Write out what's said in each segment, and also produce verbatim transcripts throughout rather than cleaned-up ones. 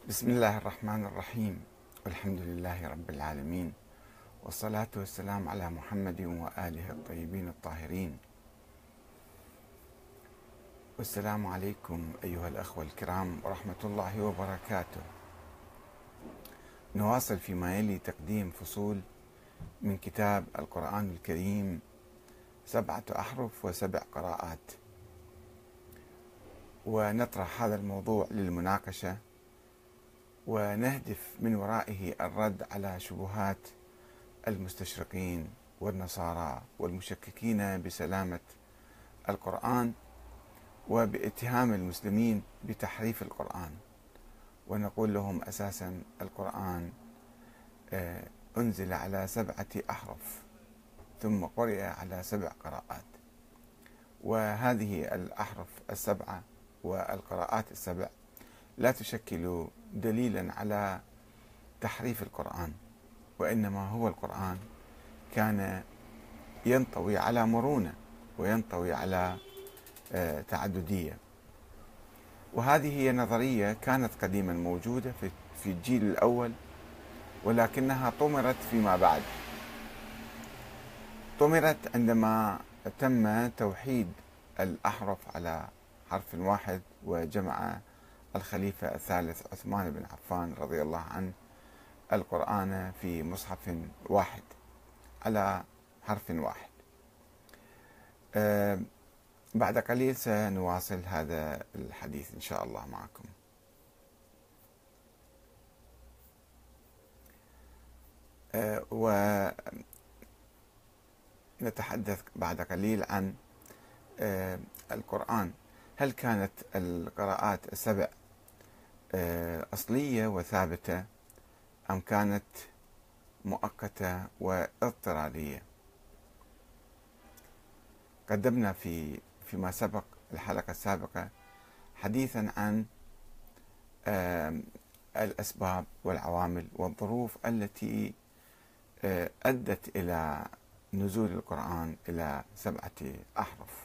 بسم الله الرحمن الرحيم، والحمد لله رب العالمين، والصلاة والسلام على محمد وآله الطيبين الطاهرين. والسلام عليكم أيها الأخوة الكرام ورحمة الله وبركاته. نواصل فيما يلي تقديم فصول من كتاب القرآن الكريم، سبعة أحرف وسبع قراءات، ونطرح هذا الموضوع للمناقشة ونهدف من ورائه الرد على شبهات المستشرقين والنصارى والمشككين بسلامة القرآن وباتهام المسلمين بتحريف القرآن. ونقول لهم أساسا القرآن أنزل على سبعة أحرف ثم قرئ على سبع قراءات، وهذه الأحرف السبعة والقراءات السبع لا تشكل دليلا على تحريف القرآن، وإنما هو القرآن كان ينطوي على مرونة وينطوي على تعددية. وهذه هي نظرية كانت قديما موجودة في الجيل الأول، ولكنها طمرت فيما بعد. طمرت عندما تم توحيد الأحرف على حرف واحد، وجمع الخليفة الثالث عثمان بن عفان رضي الله عنه القرآن في مصحف واحد على حرف واحد. أه بعد قليل سنواصل هذا الحديث إن شاء الله معكم. أه ونتحدث بعد قليل عن أه القرآن. هل كانت القراءات السبع أه أصلية وثابتة أم كانت مؤقتة واضطرارية؟ قدمنا في فيما سبق الحلقة السابقة حديثا عن الأسباب والعوامل والظروف التي أدت إلى نزول القرآن إلى سبعة أحرف.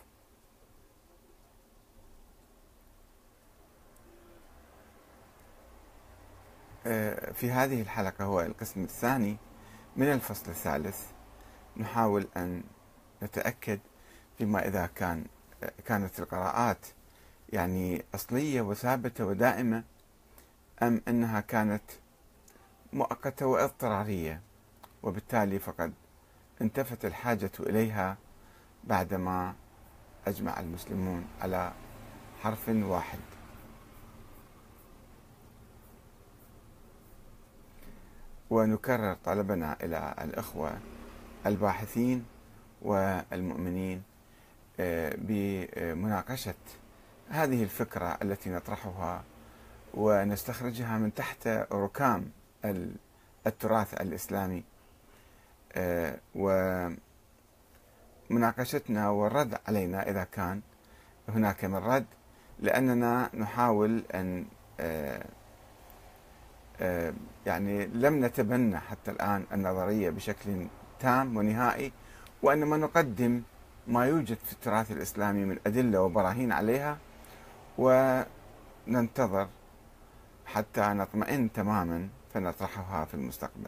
في هذه الحلقة هو القسم الثاني من الفصل الثالث، نحاول أن نتأكد فيما إذا كان كانت القراءات يعني أصلية وثابتة ودائمة، أم أنها كانت مؤقتة واضطرارية، وبالتالي فقد انتفت الحاجة إليها بعدما أجمع المسلمون على حرف واحد. ونكرر طلبنا إلى الإخوة الباحثين والمؤمنين بمناقشة هذه الفكرة التي نطرحها ونستخرجها من تحت ركام التراث الإسلامي، ومناقشتنا والرد علينا إذا كان هناك من رد، لأننا نحاول أن يعني لم نتبنى حتى الآن النظرية بشكل تام ونهائي، وإنما نقدم ما يوجد في التراث الإسلامي من أدلة وبراهين عليها، وننتظر حتى نطمئن تماما فنطرحها في المستقبل.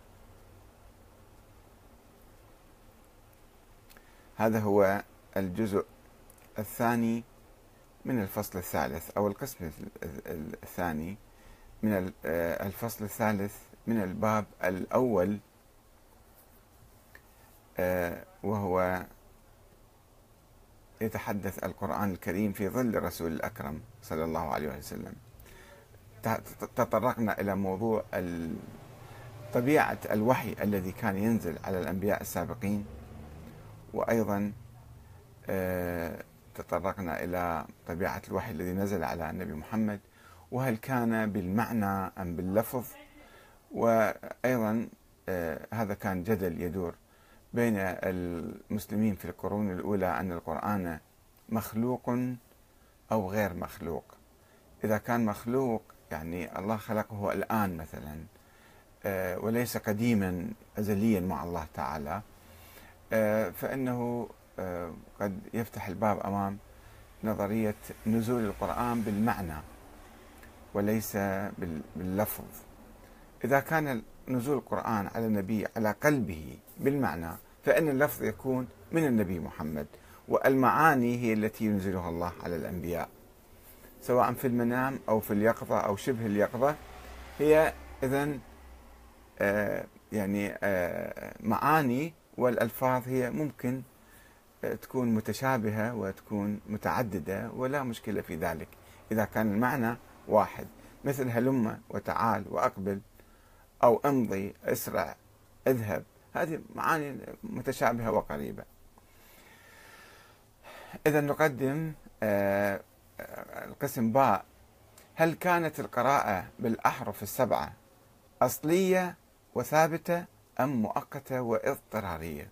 هذا هو الجزء الثاني من الفصل الثالث، أو القسم الثاني من الفصل الثالث من الباب الأول، وهو يتحدث القرآن الكريم في ظل الرسول الأكرم صلى الله عليه وسلم. تطرقنا إلى موضوع طبيعة الوحي الذي كان ينزل على الأنبياء السابقين، وأيضا تطرقنا إلى طبيعة الوحي الذي نزل على النبي محمد، وهل كان بالمعنى أم باللفظ. وأيضا هذا كان جدل يدور بين المسلمين في القرون الأولى أن القرآن مخلوق أو غير مخلوق. إذا كان مخلوق يعني الله خلقه الآن مثلا، وليس قديما أزليا مع الله تعالى، فإنه قد يفتح الباب أمام نظرية نزول القرآن بالمعنى. وليس باللفظ. إذا كان نزول القرآن على النبي على قلبه بالمعنى، فإن اللفظ يكون من النبي محمد، والمعاني هي التي ينزلها الله على الأنبياء سواء في المنام أو في اليقظة أو شبه اليقظة. هي إذن آه يعني آه معاني، والألفاظ هي ممكن آه تكون متشابهة وتكون متعددة، ولا مشكلة في ذلك إذا كان المعنى واحد، مثل هلم وتعال وأقبل أو امضي اسرع اذهب، هذه معاني متشابهة وقريبة. إذا نقدم آه القسم باء: هل كانت القراءة بالأحرف السبعة أصلية وثابتة أم مؤقتة واضطرارية؟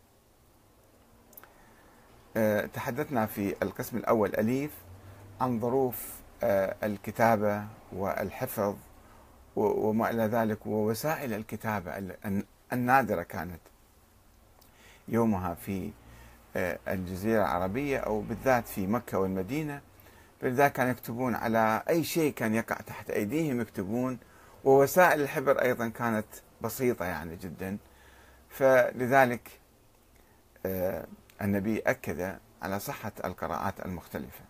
أه تحدثنا في القسم الأول أليف عن ظروف أه الكتابة والحفظ وما إلى ذلك، ووسائل الكتابة النادرة كانت يومها في أه الجزيرة العربية، أو بالذات في مكة والمدينة. فلذلك كانوا يكتبون على أي شيء كان يقع تحت أيديهم يكتبون، ووسائل الحبر أيضا كانت بسيطة يعني جدا. فلذلك آه النبي أكد على صحة القراءات المختلفة.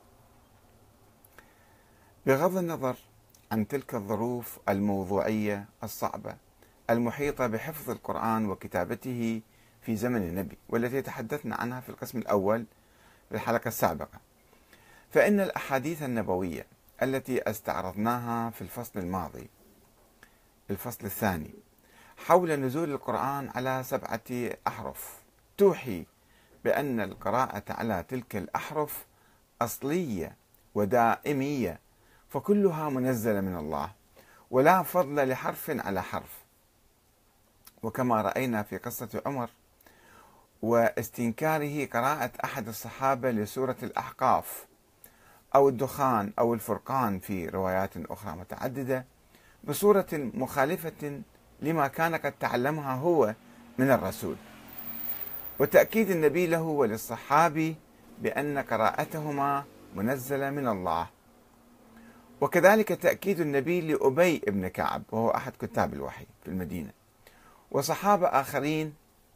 بغض النظر عن تلك الظروف الموضوعية الصعبة المحيطة بحفظ القرآن وكتابته في زمن النبي، والتي تحدثنا عنها في القسم الأول في الحلقة السابقة، فإن الأحاديث النبوية التي استعرضناها في الفصل الماضي الفصل الثاني حول نزول القرآن على سبعة أحرف توحي بأن القراءة على تلك الأحرف أصلية ودائمية، فكلها منزلة من الله ولا فضل لحرف على حرف. وكما رأينا في قصة عمر واستنكاره قراءة أحد الصحابة لسورة الأحقاف أو الدخان أو الفرقان في روايات أخرى متعددة بصورة مخالفة لما كان قد تعلمها هو من الرسول، وتأكيد النبي له وللصحابي بأن قراءتهما منزلة من الله، وكذلك تأكيد النبي لأبي بن كعب وهو أحد كتاب الوحي في المدينة وصحابة آخرين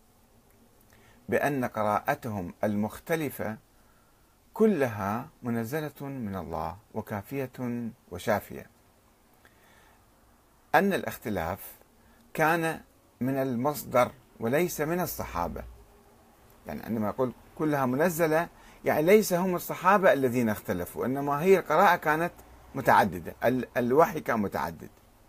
بأن قراءتهم المختلفة كلها منزلة من الله وكافية وشافية. أن الاختلاف كان من المصدر وليس من الصحابة، يعني عندما يقول كلها منزلة يعني ليس هم الصحابة الذين اختلفوا، إنما هي القراءة كانت متعددة، الوحي كان متعدد.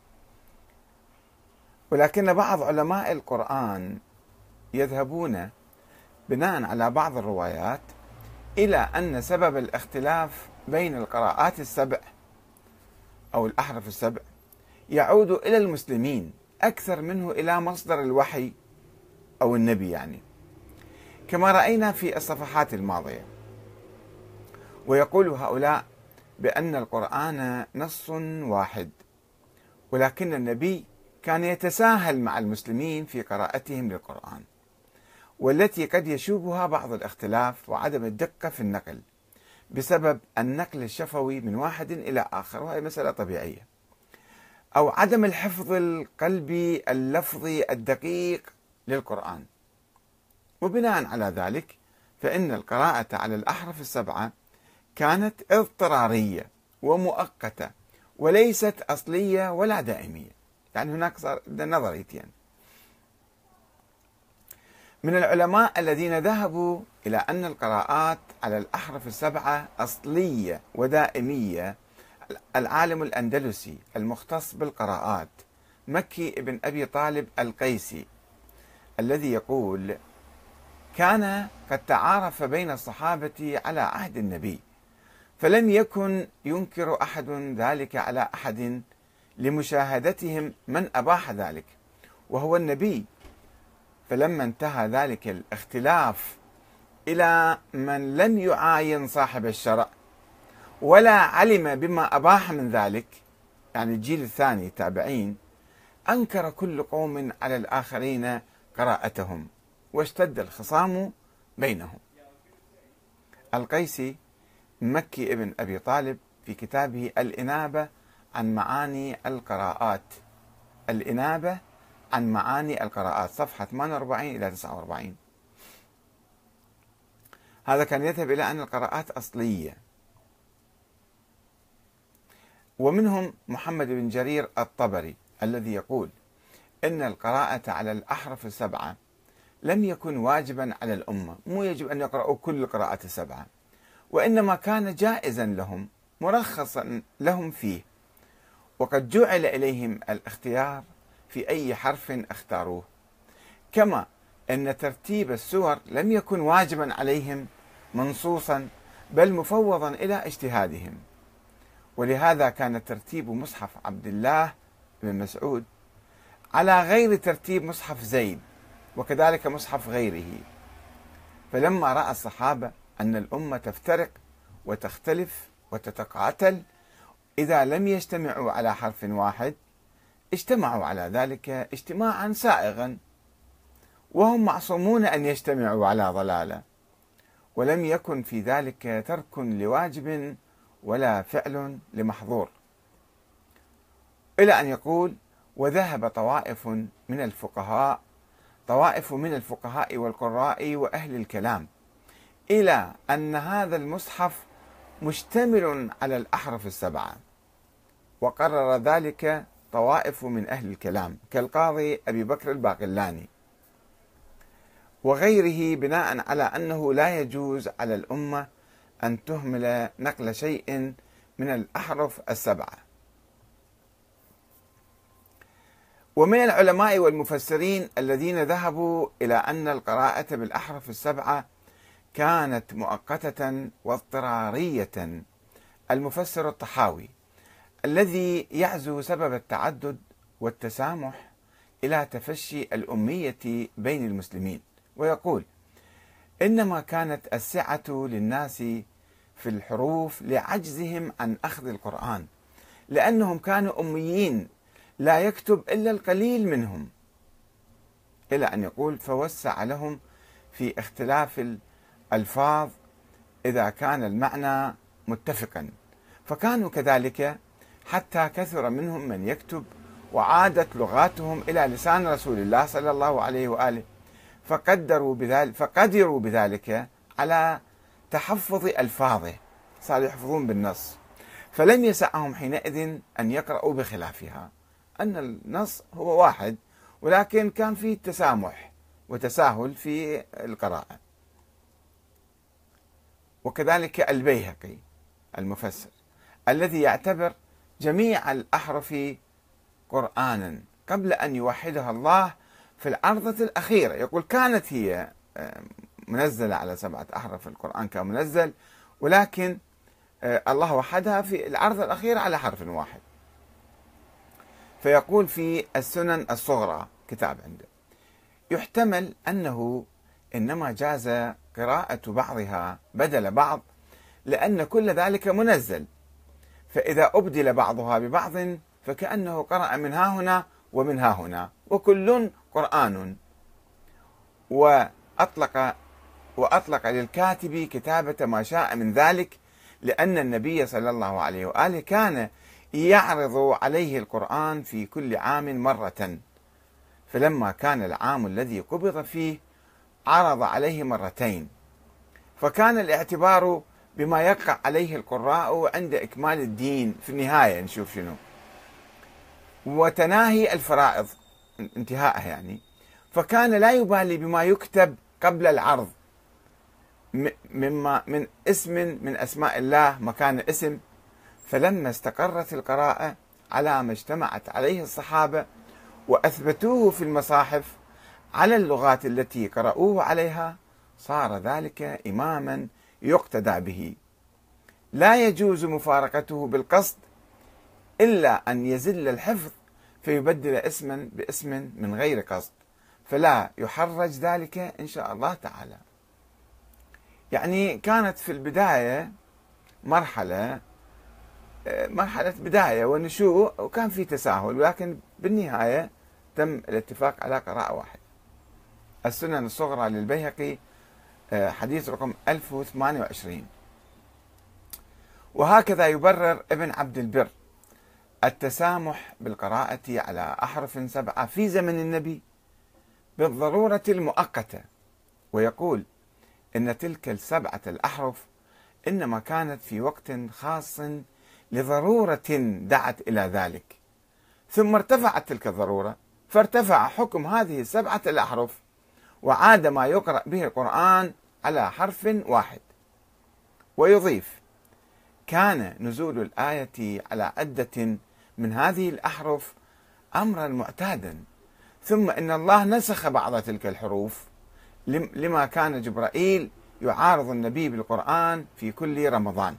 ولكن بعض علماء القرآن يذهبون بناء على بعض الروايات إلى أن سبب الاختلاف بين القراءات السبع أو الأحرف السبع يعود إلى المسلمين أكثر منه إلى مصدر الوحي أو النبي، يعني كما رأينا في الصفحات الماضية. ويقول هؤلاء بأن القرآن نص واحد، ولكن النبي كان يتساهل مع المسلمين في قراءتهم للقرآن، والتي قد يشوبها بعض الاختلاف وعدم الدقة في النقل بسبب النقل الشفوي من واحد إلى آخر، وهي مسألة طبيعية، أو عدم الحفظ القلبي اللفظي الدقيق للقرآن. وبناء على ذلك فإن القراءة على الأحرف السبعة كانت اضطرارية ومؤقتة وليست أصلية ولا دائمية، يعني هناك صار نظريتين. من العلماء الذين ذهبوا إلى أن القراءات على الأحرف السبعة أصلية ودائمية العالم الأندلسي المختص بالقراءات مكي ابن أبي طالب القيسي، الذي يقول: كان قد تعارف بين الصحابة على عهد النبي، فلم يكن ينكر أحد ذلك على أحد لمشاهدتهم من أباح ذلك وهو النبي. فلما انتهى ذلك الاختلاف إلى من لم يعاين صاحب الشرع ولا علم بما أباح من ذلك، يعني الجيل الثاني التابعين، أنكر كل قوم على الآخرين قراءتهم واشتد الخصام بينهم. القيسي مكي ابن أبي طالب في كتابه الإنابة عن معاني القراءات، الإنابة عن معاني القراءات، صفحة ثمانية وأربعين إلى تسعة وأربعين. هذا كان يذهب إلى أن القراءات أصلية. ومنهم محمد بن جرير الطبري الذي يقول إن القراءة على الأحرف السبعة لم يكن واجبا على الأمة، مو يجب أن يقرأوا كل القراءات السبعة، وإنما كان جائزا لهم مرخصا لهم فيه، وقد جعل إليهم الاختيار في أي حرف اختاروه، كما أن ترتيب السور لم يكن واجبا عليهم منصوصا بل مفوضا إلى اجتهادهم. ولهذا كان ترتيب مصحف عبد الله بن مسعود على غير ترتيب مصحف زيد وكذلك مصحف غيره. فلما رأى الصحابة أن الأمة تفترق وتختلف وتتقاتل إذا لم يجتمعوا على حرف واحد، اجتمعوا على ذلك اجتماعا سائغا، وهم معصومون أن يجتمعوا على ضلالة، ولم يكن في ذلك ترك لواجب ولا فعل لمحظور. إلى أن يقول: وذهب طوائف من الفقهاء طوائف من الفقهاء والقراء وأهل الكلام إلى أن هذا المصحف مشتمل على الأحرف السبعة، وقرر ذلك طوائف من أهل الكلام كالقاضي أبي بكر الباقلاني وغيره، بناء على أنه لا يجوز على الأمة أن تهمل نقل شيء من الأحرف السبعة. ومن العلماء والمفسرين الذين ذهبوا إلى أن القراءة بالأحرف السبعة كانت مؤقتة واضطرارية المفسر الطحاوي، الذي يعزو سبب التعدد والتسامح إلى تفشي الأمية بين المسلمين، ويقول: إنما كانت السعة للناس في الحروف لعجزهم عن أخذ القرآن، لأنهم كانوا أميين لا يكتب إلا القليل منهم. إلى أن يقول: فوسع لهم في اختلاف الألفاظ إذا كان المعنى متفقا، فكانوا كذلك حتى كثر منهم من يكتب، وعادت لغاتهم إلى لسان رسول الله صلى الله عليه وآله، فقدروا بذلك فقدروا بذلك على تحفظ ألفاظه، صاروا يحفظون بالنص، فلم يسعهم حينئذ أن يقرأوا بخلافها، أن النص هو واحد ولكن كان فيه تسامح وتساهل في القراءة. وكذلك البيهقي المفسر الذي يعتبر جميع الأحرف قرآنا قبل أن يوحدها الله في العرضة الأخيرة، يقول كانت هي منزلة على سبعة أحرف، القرآن كان منزل ولكن الله وحدها في العرضة الأخيرة على حرف واحد. فيقول في السنن الصغرى كتاب عنده: يحتمل أنه إنما جاز قراءة بعضها بدل بعض لأن كل ذلك منزل، فإذا أبدل بعضها ببعض فكأنه قرأ من ها هنا ومن ها هنا وكل قرآن. وأطلق وأطلق للكاتب كتابة ما شاء من ذلك، لأن النبي صلى الله عليه وآله كان يعرض عليه القرآن في كل عام مرة، فلما كان العام الذي قبض فيه عرض عليه مرتين، فكان الاعتبار بما يقع عليه القراء عند إكمال الدين في النهاية، نشوف شنو، وتناهي الفرائض انتهاءها يعني، فكان لا يبالي بما يكتب قبل العرض مما من اسم من أسماء الله مكان اسم. فلما استقرت القراءة على ما اجتمعت عليه الصحابة وأثبتوه في المصاحف على اللغات التي قرأوه عليها، صار ذلك إماما يقتدى به، لا يجوز مفارقته بالقصد إلا أن يزل الحفظ فيبدل اسما باسم من غير قصد، فلا يحرج ذلك إن شاء الله تعالى. يعني كانت في البداية مرحلة مرحلة بداية ونشوء وكان في تساهل، ولكن بالنهاية تم الاتفاق على قراءة واحدة. السنن الصغرى للبيهقي حديث رقم ألف وثمانية وعشرين. وهكذا يبرر ابن عبد البر التسامح بالقراءة على أحرف سبعة في زمن النبي بالضرورة المؤقتة، ويقول إن تلك السبعة الأحرف إنما كانت في وقت خاص لضرورة دعت إلى ذلك، ثم ارتفعت تلك الضرورة فارتفع حكم هذه السبعة الأحرف، وعاد ما يقرأ به القرآن على حرف واحد. ويضيف: كان نزول الآية على عدة من هذه الأحرف أمرا معتادا، ثم إن الله نسخ بعض تلك الحروف لما كان جبرائيل يعارض النبي بالقرآن في كل رمضان.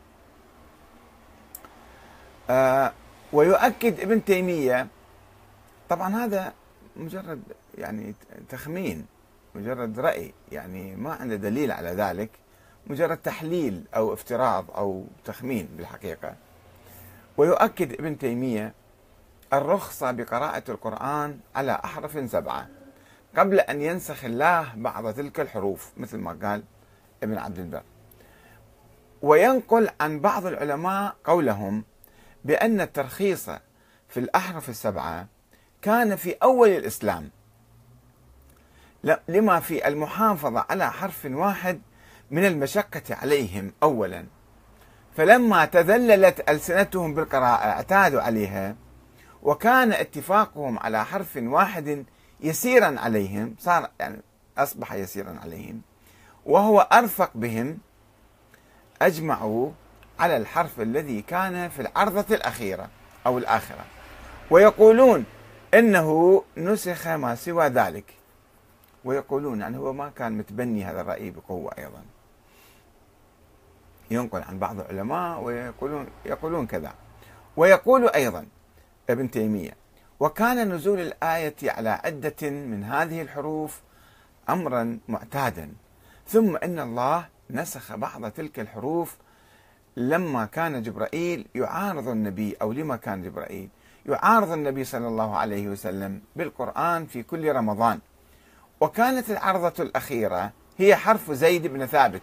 آه ويؤكد ابن تيمية، طبعا هذا مجرد يعني تخمين، مجرد رأي، يعني ما عنده دليل على ذلك، مجرد تحليل أو افتراض أو تخمين بالحقيقة. ويؤكد ابن تيمية الرخصة بقراءة القرآن على أحرف سبعة قبل أن ينسخ الله بعض تلك الحروف، مثل ما قال ابن عبد البر. وينقل عن بعض العلماء قولهم بأن الترخيص في الأحرف السبعة كان في أول الإسلام لما في المحافظة على حرف واحد من المشقة عليهم أولا، فلما تذللت ألسنتهم بالقراءة اعتادوا عليها، وكان اتفاقهم على حرف واحد يسيرا عليهم، صار يعني أصبح يسيرا عليهم وهو أرفق بهم، أجمعوا على الحرف الذي كان في العرضة الأخيرة أو الآخرة، ويقولون إنه نسخ ما سوى ذلك. ويقولون يعني هو ما كان متبني هذا الرأي بقوة. أيضا ينقل عن بعض العلماء ويقولون يقولون كذا. ويقول أيضا ابن تيمية: وكان نزول الآية على عدة من هذه الحروف أمرا معتادا، ثم إن الله نسخ بعض تلك الحروف لما كان جبرائيل يعارض النبي، أو لما كان جبرائيل يعارض النبي صلى الله عليه وسلم بالقرآن في كل رمضان. وكانت العرضة الأخيرة هي حرف زيد بن ثابت،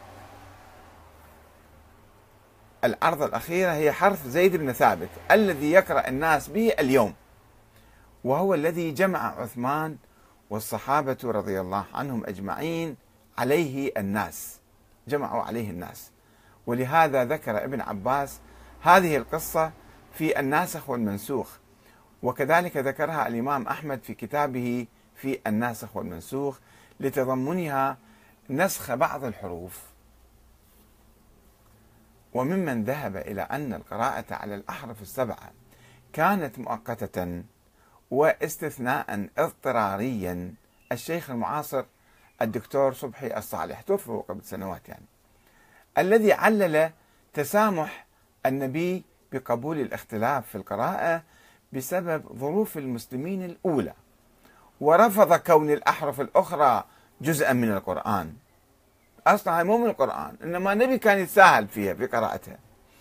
العرضة الأخيرة هي حرف زيد بن ثابت الذي يقرأ الناس به اليوم، وهو الذي جمع عثمان والصحابة رضي الله عنهم أجمعين عليه الناس، جمعوا عليه الناس. ولهذا ذكر ابن عباس هذه القصة في الناسخ والمنسوخ، وكذلك ذكرها الإمام أحمد في كتابه في الناسخ والمنسوخ لتضمنها نسخ بعض الحروف. وممن ذهب إلى أن القراءة على الأحرف السبعة كانت مؤقتة واستثناء اضطراريا الشيخ المعاصر الدكتور صبحي الصالح، توفى قبل سنوات يعني، الذي علل تسامح النبي بقبول الاختلاف في القراءة بسبب ظروف المسلمين الأولى، ورفض كون الأحرف الأخرى جزءا من القرآن. أصلا مو من القرآن، إنما النبي كان يتساهل فيها في قراءتها.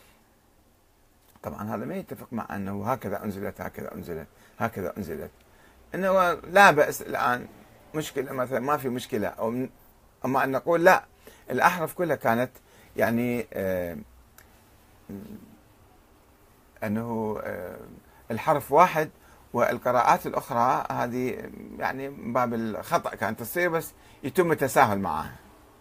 طبعا هذا ما يتفق مع أنه هكذا أنزلت هكذا أنزلت هكذا أنزلت، إنه لا بأس الآن، مشكلة مثلا ما في مشكلة، أو أما أن نقول لا، الأحرف كلها كانت يعني آه أنه آه الحرف واحد، والقراءات الأخرى هذه يعني من باب الخطأ كانت تصير، بس يتم التساهل معها.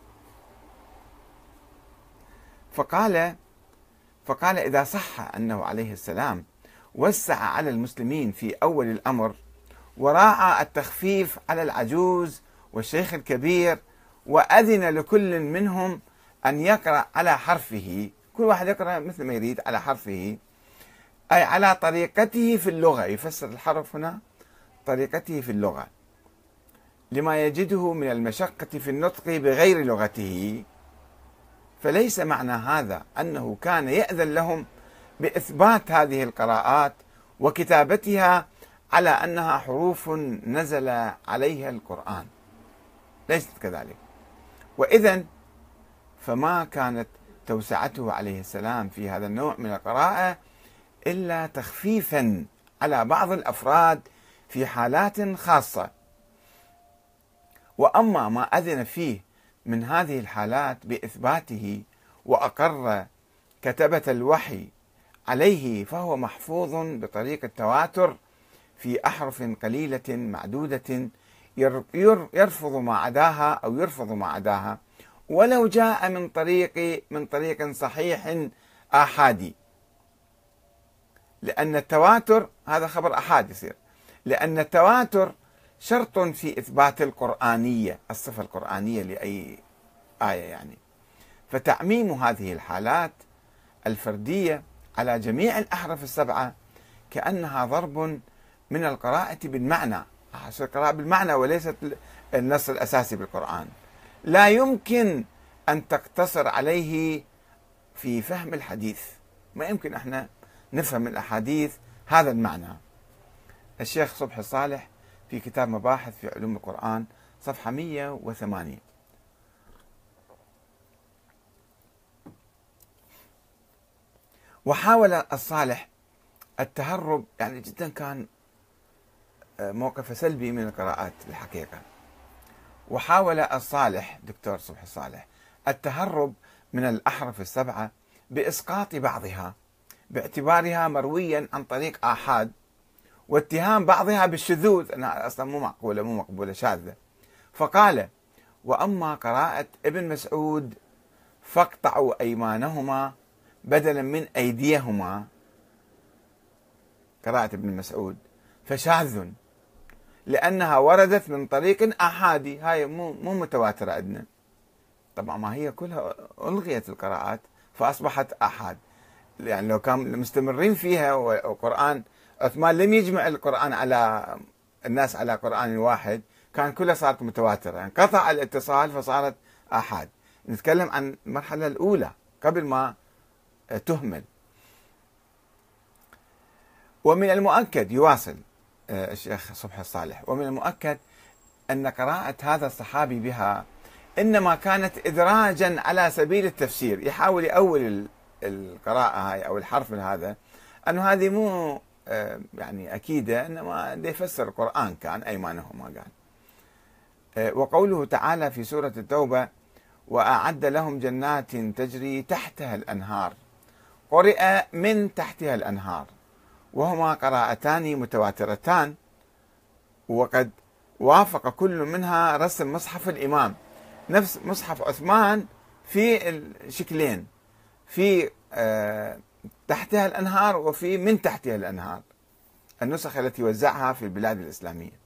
فقال فقال إذا صح أنه عليه السلام وسع على المسلمين في أول الأمر، وراعى التخفيف على العجوز والشيخ الكبير، وأذن لكل منهم أن يقرأ على حرفه، كل واحد يقرأ مثل ما يريد على حرفه، أي على طريقته في اللغة، يفسر الحرف هنا طريقته في اللغة، لما يجده من المشقة في النطق بغير لغته. فليس معنى هذا أنه كان يأذن لهم بإثبات هذه القراءات وكتابتها على أنها حروف نزل عليها القرآن، ليست كذلك. وإذن فما كانت توسعته عليه السلام في هذا النوع من القراءة إلا تخفيفا على بعض الأفراد في حالات خاصة. وأما ما أذن فيه من هذه الحالات بإثباته وأقر كتبة الوحي عليه فهو محفوظ بطريق التواتر في أحرف قليلة معدودة يرفض ما عداها أو يرفض ما عداها، ولو جاء من طريق من طريق صحيح آحادي. لأن التواتر هذا خبر أحاد يصير، لأن التواتر شرط في إثبات القرآنية، الصفة القرآنية لأي آية يعني. فتعميم هذه الحالات الفردية على جميع الأحرف السبعة كأنها ضرب من القراءة بالمعنى، القراءة بالمعنى وليست النص الأساسي بالقرآن. لا يمكن أن تقتصر عليه في فهم الحديث، ما يمكن احنا نفهم الأحاديث هذا المعنى. الشيخ صبحي الصالح في كتاب مباحث في علوم القرآن صفحة مئة وثمانية. وحاول الصالح التهرب، يعني جدا كان موقفه سلبي من القراءات الحقيقة. وحاول الصالح دكتور صبحي الصالح التهرب من الأحرف السبعة بإسقاط بعضها باعتبارها مرويا عن طريق آحاد، واتهام بعضها بالشذوذ أنها أصلا مو معقولة مو مقبولة شاذة. فقال: وأما قراءة ابن مسعود فاقطعوا أيمانهما بدلا من أيديهما، قراءة ابن مسعود فشاذ لأنها وردت من طريق آحادي، هاي مو مو متواترة عندنا. طبعا ما هي كلها ألغيت القراءات فأصبحت آحاد، يعني لو كان مستمرين فيها والقرآن عثمان لم يجمع القرآن على الناس على قرآن واحد كان كلها صارت متواترة، يعني قطع الاتصال فصارت آحاد. نتكلم عن المرحلة الأولى قبل ما تهمل. ومن المؤكد، يواصل الشيخ صبحي الصالح، ومن المؤكد أن قراءة هذا الصحابي بها إنما كانت إدراجا على سبيل التفسير، يحاول يأول القراءة هاي أو الحرف من هذا أنه هذه مو يعني أكيدة، إنما يفسر القرآن كان أيمانهما قال. وقوله تعالى في سورة التوبة: وأعد لهم جنات تجري تحتها الأنهار، قرئ من تحتها الأنهار، وهما قراءتان متواترتان، وقد وافق كل منها رسم مصحف الإمام، نفس مصحف عثمان في الشكلين، في تحتها الأنهار وفي من تحتها الأنهار، النسخ التي وزعها في البلاد الإسلامية.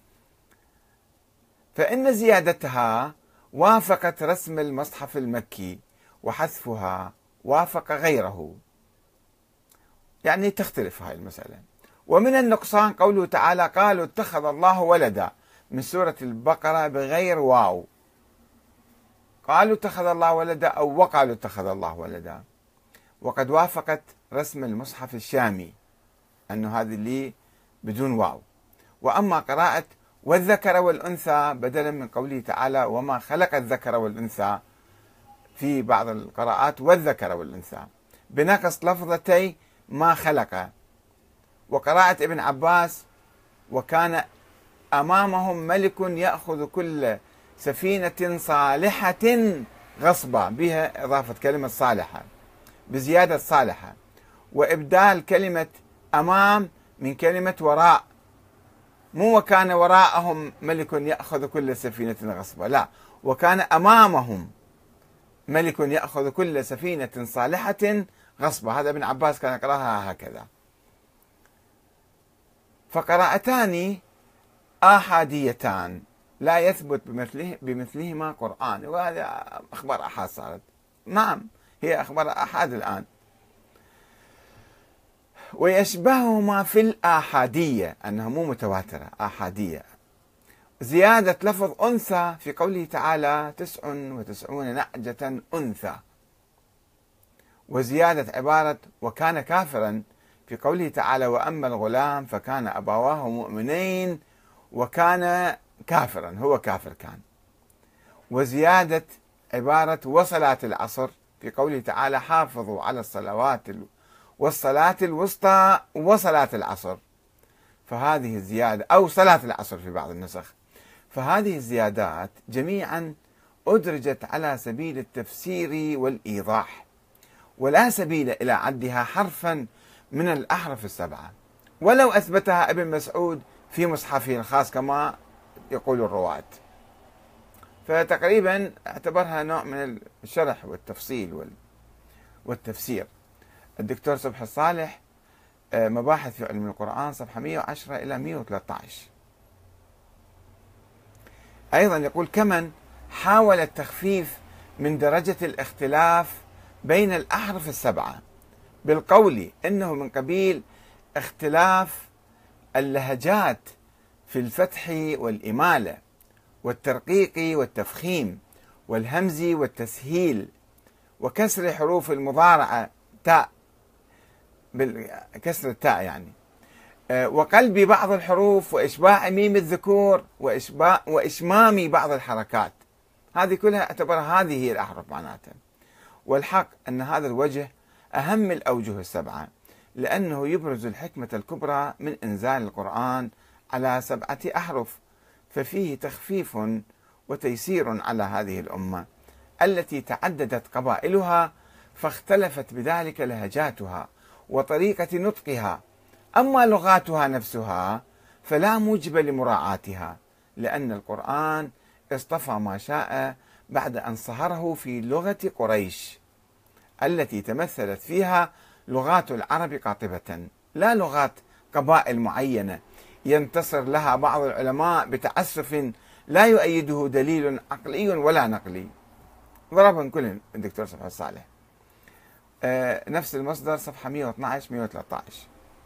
فإن زيادتها وافقت رسم المصحف المكي، وحذفها وافق غيره، يعني تختلف هاي المسألة. ومن النقصان قوله تعالى: قالوا اتخذ الله ولدا، من سورة البقرة بغير واو، قالوا اتخذ الله ولدا أو وقالوا اتخذ الله ولدا. وقد وافقت رسم المصحف الشامي أنه هذه اللي بدون واو. وأما قراءة والذكر والأنثى بدلا من قوله تعالى: وما خلق الذكر والأنثى، في بعض القراءات والذكر والأنثى بنقص لفظتي ما خلق. وقراءة ابن عباس: وكان أمامهم ملك يأخذ كل سفينة صالحة غصبا، بها إضافة كلمة صالحة بزيادة صالحة، وإبدال كلمة أمام من كلمة وراء، مو وكان وراءهم ملك يأخذ كل سفينة غصبا، لا، وكان أمامهم ملك يأخذ كل سفينة صالحة غصبا. هذا ابن عباس كان يقرأها هكذا. فقراءتان آحاديتان لا يثبت بمثله بمثلهما قرآن، وهذا أخبار أحاد صارت، نعم هي أخبار أحاد الآن. ويشبههما في الآحادية أنها مو متواترة، آحادية، زيادة لفظ أنثى في قوله تعالى: تسع وتسعون نعجة أنثى، وزيادة عبارة وكان كافرا في قوله تعالى: وأما الغلام فكان أبواه مؤمنين وكان كافرا، هو كافر كان. وزيادة عبارة وصلاة العصر في قوله تعالى: حافظوا على الصلوات والصلاة الوسطى وصلاة العصر، فهذه الزيادة، أو صلاة العصر في بعض النسخ، فهذه الزيادات جميعا أدرجت على سبيل التفسير والإيضاح، ولا سبيل إلى عدها حرفا من الأحرف السبعة، ولو أثبتها ابن مسعود في مصحفه الخاص كما يقول الرواة. فتقريبا اعتبرها نوع من الشرح والتفصيل والتفسير. الدكتور صبحي الصالح، مباحث في علم القرآن، صفحة مئة وعشرة إلى مئة وثلاثة عشر. أيضا يقول: كمن حاول التخفيف من درجة الاختلاف بين الأحرف السبعة بالقول إنه من قبيل اختلاف اللهجات في الفتح والإمالة والترقيق والتفخيم والهمز والتسهيل وكسر حروف المضارعة تاء بالكسر التاء يعني، وقلب بعض الحروف وإشباع ميم الذكور وإشباع وإشمام بعض الحركات. هذه كلها اعتبرها هذه هي الأحرف معناتها. والحق أن هذا الوجه أهم الأوجه السبعة، لأنه يبرز الحكمة الكبرى من إنزال القرآن على سبعة أحرف، ففيه تخفيف وتيسير على هذه الأمة التي تعددت قبائلها فاختلفت بذلك لهجاتها وطريقة نطقها. أما لغاتها نفسها فلا موجب لمراعاتها، لأن القرآن اصطفى ما شاء بعد أن صهره في لغة قريش التي تمثلت فيها لغات العرب قاطبة، لا لغات قبائل معينة ينتصر لها بعض العلماء بتعسف لا يؤيده دليل عقلي ولا نقلي. ضربهم كلهم الدكتور صبحي الصالح. آه نفس المصدر صفحة مئة واثني عشر مئة وثلاثة عشر.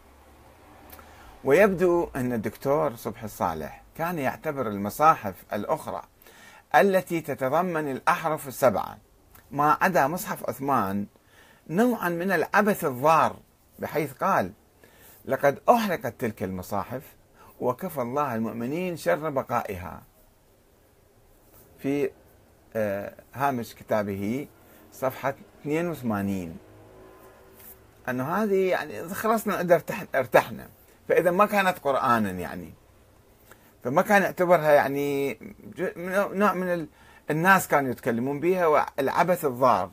ويبدو أن الدكتور صبحي الصالح كان يعتبر المصاحف الأخرى التي تتضمن الأحرف السبعة ما عدا مصحف عثمان نوعا من العبث الضار، بحيث قال: لقد أحرقت تلك المصاحف وكفى الله المؤمنين شر بقائها، في هامش كتابه صفحة اثنين وثمانين، أنه هذه يعني خلصنا ارتحنا، فإذا ما كانت قرآنا يعني، فما كان يعتبرها يعني نوع من الناس كانوا يتكلمون بها والعبث الضار.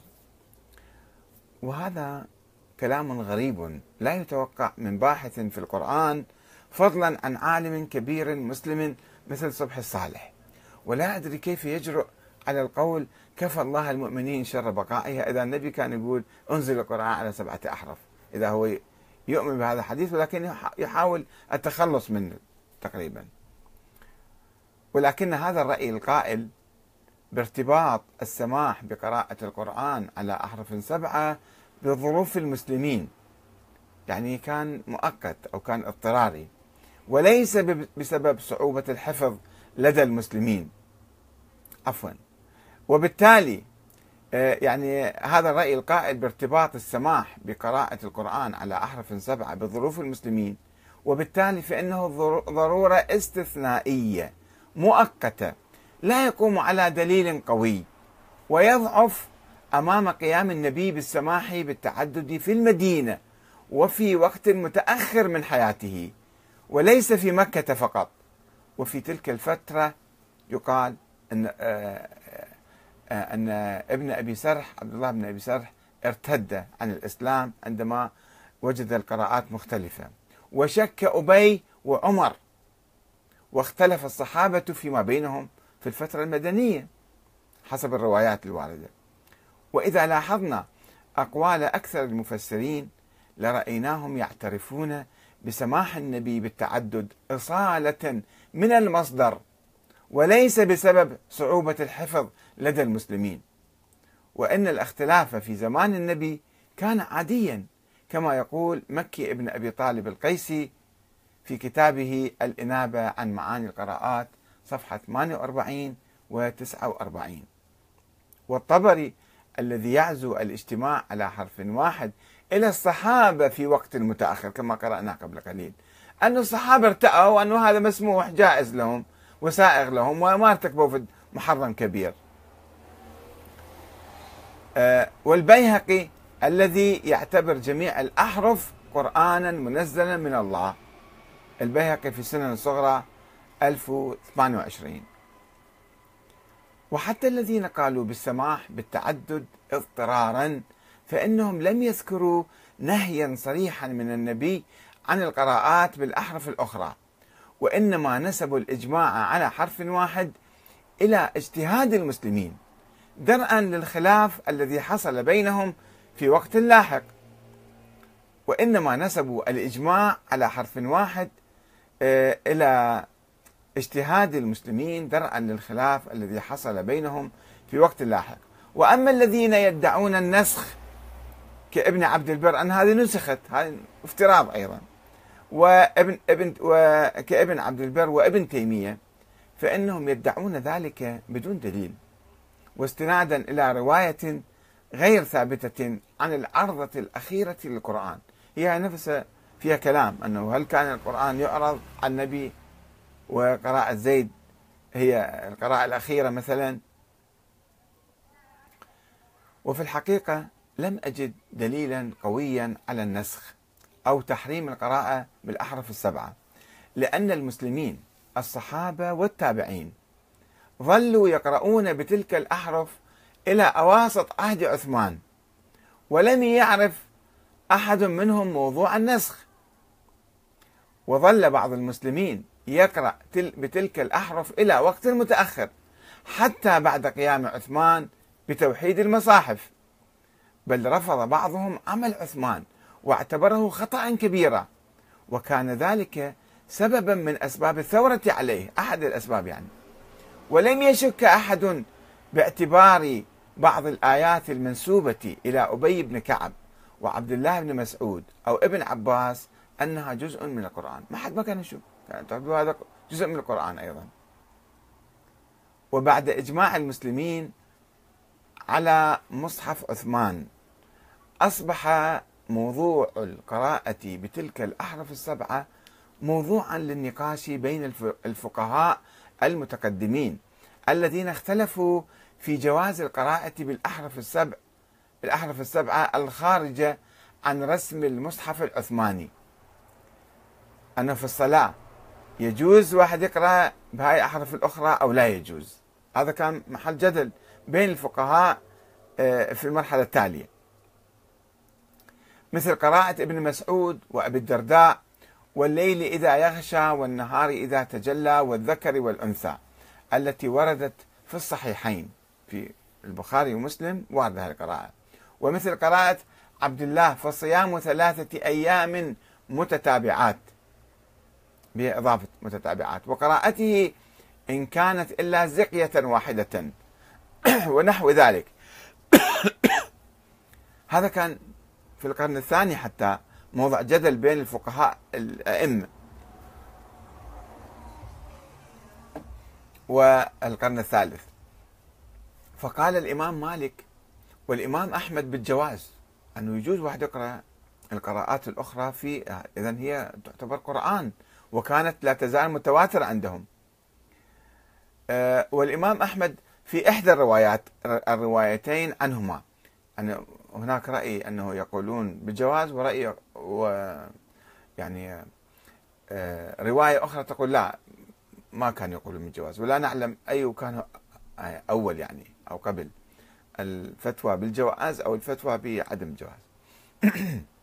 وهذا كلام غريب لا يتوقع من باحث في القرآن، فضلا عن عالم كبير مسلم مثل صبحي الصالح. ولا أدري كيف يجرؤ على القول كفى الله المؤمنين شر بقائها إذا النبي كان يقول أنزل القرآن على سبعة أحرف، إذا هو يؤمن بهذا الحديث ولكن يحاول التخلص منه تقريبا. ولكن هذا الرأي القائل بارتباط السماح بقراءة القرآن على أحرف سبعة بظروف المسلمين يعني كان مؤقت أو كان اضطراري، وليس بسبب صعوبة الحفظ لدى المسلمين عفوا. وبالتالي يعني هذا الرأي القائل بارتباط السماح بقراءة القرآن على أحرف سبعة بظروف المسلمين، وبالتالي فإنه ضرورة استثنائية مؤقتة لا يقوم على دليل قوي، ويضعف أمام قيام النبي بالسماح بالتعدد في المدينة وفي وقت متأخر من حياته، وليس في مكة فقط. وفي تلك الفترة يقال أن أن ابن أبي سرح عبد الله بن أبي سرح ارتد عن الإسلام عندما وجد القراءات مختلفة، وشك أبي وعمر، واختلف الصحابة فيما بينهم في الفترة المدنية حسب الروايات الواردة. وإذا لاحظنا أقوال أكثر المفسرين لرأيناهم يعترفون بسماح النبي بالتعدد إصالة من المصدر، وليس بسبب صعوبة الحفظ لدى المسلمين، وأن الاختلاف في زمان النبي كان عاديا، كما يقول مكي ابن أبي طالب القيسي في كتابه الإنابة عن معاني القراءات صفحة ثمانية وأربعين و تسعة وأربعين. والطبري الذي يعزو الاجتماع على حرف واحد إلى الصحابة في وقت متأخر كما قرأنا قبل قليل، أن الصحابة ارتأوا وأنه هذا مسموح جائز لهم وسائغ لهم وما ارتكبوا في محرم كبير. والبيهقي الذي يعتبر جميع الأحرف قرآنا منزلا من الله، البيهقي في السنن الصغرى ألف وثمانية وعشرين. وحتى الذين قالوا بالسماح بالتعدد اضطرارا فإنهم لم يذكروا نهيا صريحا من النبي عن القراءات بالأحرف الأخرى، وإنما نسبوا الإجماع على حرف واحد إلى اجتهاد المسلمين درءا للخلاف الذي حصل بينهم في وقت لاحق. وإنما نسبوا الإجماع على حرف واحد إلى اجتهاد المسلمين درءا للخلاف الذي حصل بينهم في وقت لاحق. وأما الذين يدعون النسخ كابن عبد البر أن هذه نسخت، هذا افتراض أيضا، وابن ابن وكابن عبد البر وابن تيمية، فإنهم يدعون ذلك بدون دليل واستنادا إلى رواية غير ثابتة عن العرضة الأخيرة للقرآن. هي نفسها فيها كلام أنه هل كان القرآن يعرض على النبي وقراءة زيد هي القراءة الأخيرة مثلا. وفي الحقيقة لم أجد دليلا قويا على النسخ أو تحريم القراءة بالأحرف السبعة، لأن المسلمين الصحابة والتابعين ظلوا يقرؤون بتلك الأحرف إلى أواسط عهد عثمان، ولم يعرف أحد منهم موضوع النسخ، وظل بعض المسلمين يقرأ بتلك الأحرف إلى وقت متأخر حتى بعد قيام عثمان بتوحيد المصاحف، بل رفض بعضهم عمل عثمان واعتبره خطأ كبيرا، وكان ذلك سببا من أسباب الثورة عليه، أحد الأسباب يعني. ولم يشك أحد باعتبار بعض الآيات المنسوبة إلى أبي بن كعب وعبد الله بن مسعود أو ابن عباس أنها جزء من القرآن. ما حد ما كان يشك، تعتبر هذا جزء من القرآن أيضا. وبعد إجماع المسلمين على مصحف عثمان أصبح موضوع القراءة بتلك الأحرف السبعة موضوعا للنقاش بين الفقهاء المتقدمين الذين اختلفوا في جواز القراءة بالأحرف السبع الأحرف السبعة الخارجة عن رسم المصحف العثماني، أنه في الصلاة يجوز واحد يقرأ بهاي الأحرف الأخرى أو لا يجوز. هذا كان محل جدل بين الفقهاء في المرحلة التالية، مثل قراءة ابن مسعود وأبي الدرداء والليل إذا يغشى والنهار إذا تجلى والذكر والأنثى التي وردت في الصحيحين في البخاري ومسلم، وارد هذه القراءة. ومثل قراءة عبد الله فصيام ثلاثة أيام متتابعات بإضافة متتابعات، وقراءته إن كانت إلا زقية واحدة ونحو ذلك. هذا كان في القرن الثاني حتى موضع جدل بين الفقهاء الأئمة. والقرن الثالث فقال الإمام مالك والإمام أحمد بالجواز، أنه يجوز واحد يقرأ القراءات الأخرى في، إذن هي تعتبر قرآن، وكانت لا تزال متواترة عندهم. والإمام أحمد في إحدى الروايات الروايتين عنهما أن هناك رأي أنه يقولون بالجواز، ورأي و يعني رواية أخرى تقول لا ما كان يقولون بالجواز، ولا نعلم أي كان أول يعني أو قبل الفتوى بالجواز أو الفتوى بعدم الجواز.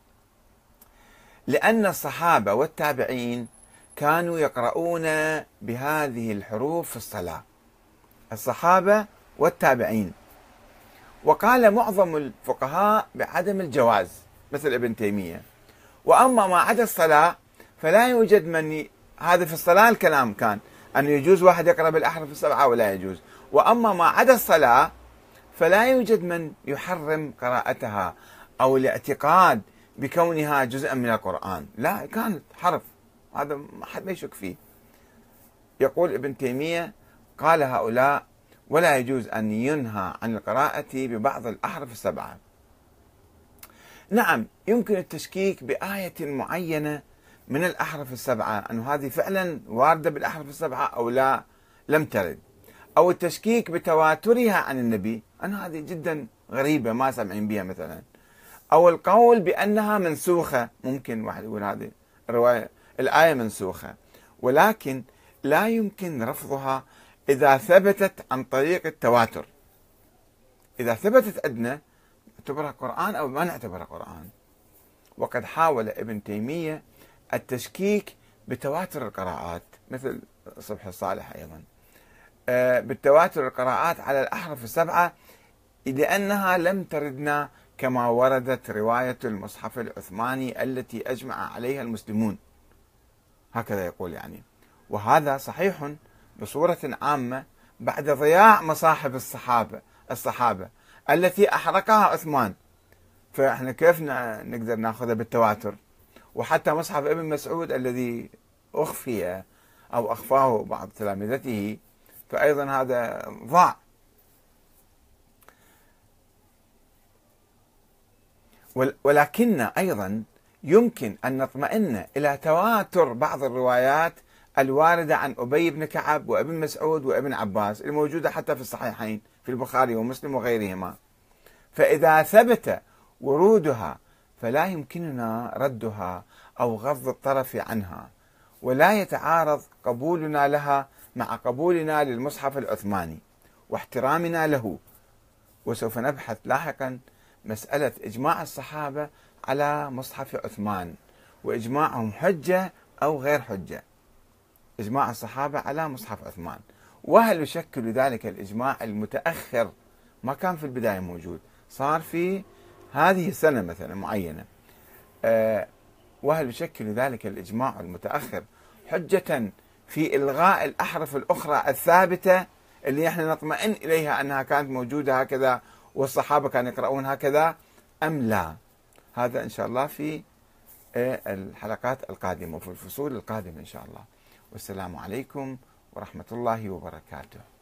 لأن الصحابة والتابعين كانوا يقرؤون بهذه الحروف في الصلاة، الصحابة والتابعين. وقال معظم الفقهاء بعدم الجواز مثل ابن تيمية. وأما ما عدا الصلاة فلا يوجد من ي... هذا في الصلاة الكلام كان أنه يجوز واحد يقرأ بالأحرف السبعة ولا يجوز. وأما ما عدا الصلاة فلا يوجد من يحرم قراءتها أو الاعتقاد بكونها جزءا من القرآن، لا، كانت حرف، هذا ما حد ما يشك فيه. يقول ابن تيمية قال هؤلاء ولا يجوز أن ينهى عن القراءة ببعض الأحرف السبعة. نعم، يمكن التشكيك بآية معينة من الأحرف السبعة أنه هذه فعلا واردة بالأحرف السبعة أو لا لم ترد، أو التشكيك بتواترها عن النبي أن هذه جدا غريبة ما سمعين بها مثلا، أو القول بأنها منسوخة، ممكن واحد يقول هذه الرواية الآية منسوخة، ولكن لا يمكن رفضها إذا ثبتت عن طريق التواتر. إذا ثبتت عندنا نعتبرها قرآن أو ما نعتبرها قرآن. وقد حاول ابن تيمية التشكيك بتواتر القراءات مثل صبح الصالح أيضا بالتواتر القراءات على الأحرف السبعة لأنها لم تردنا كما وردت رواية المصحف العثماني التي أجمع عليها المسلمون، هكذا يقول يعني. وهذا صحيح بصورة عامة بعد ضياع مصاحف الصحابة الصحابة التي أحرقها عثمان، فإحنا كيف نقدر نأخذها بالتواتر؟ وحتى مصحف ابن مسعود الذي أخفي أو أخفاه بعض تلامذته فأيضا هذا ضاع. ولكن أيضا يمكن أن نطمئن إلى تواتر بعض الروايات الواردة عن أبي بن كعب وابن مسعود وابن عباس الموجودة حتى في الصحيحين في البخاري ومسلم وغيرهما، فإذا ثبت ورودها فلا يمكننا ردها أو غض الطرف عنها، ولا يتعارض قبولنا لها مع قبولنا للمصحف العثماني واحترامنا له. وسوف نبحث لاحقا مسألة إجماع الصحابة على مصحف عثمان وإجماعهم حجة أو غير حجة، إجماع الصحابة على مصحف عثمان، وهل يشكل ذلك الإجماع المتأخر ما كان في البداية موجود، صار في هذه السنة مثلا معينة، أه وهل يشكل ذلك الإجماع المتأخر حجة في إلغاء الأحرف الأخرى الثابتة اللي احنا نطمئن إليها أنها كانت موجودة هكذا والصحابة كانوا يقرؤون هكذا أم لا؟ هذا إن شاء الله في الحلقات القادمة وفي الفصول القادمة إن شاء الله. والسلام عليكم ورحمة الله وبركاته.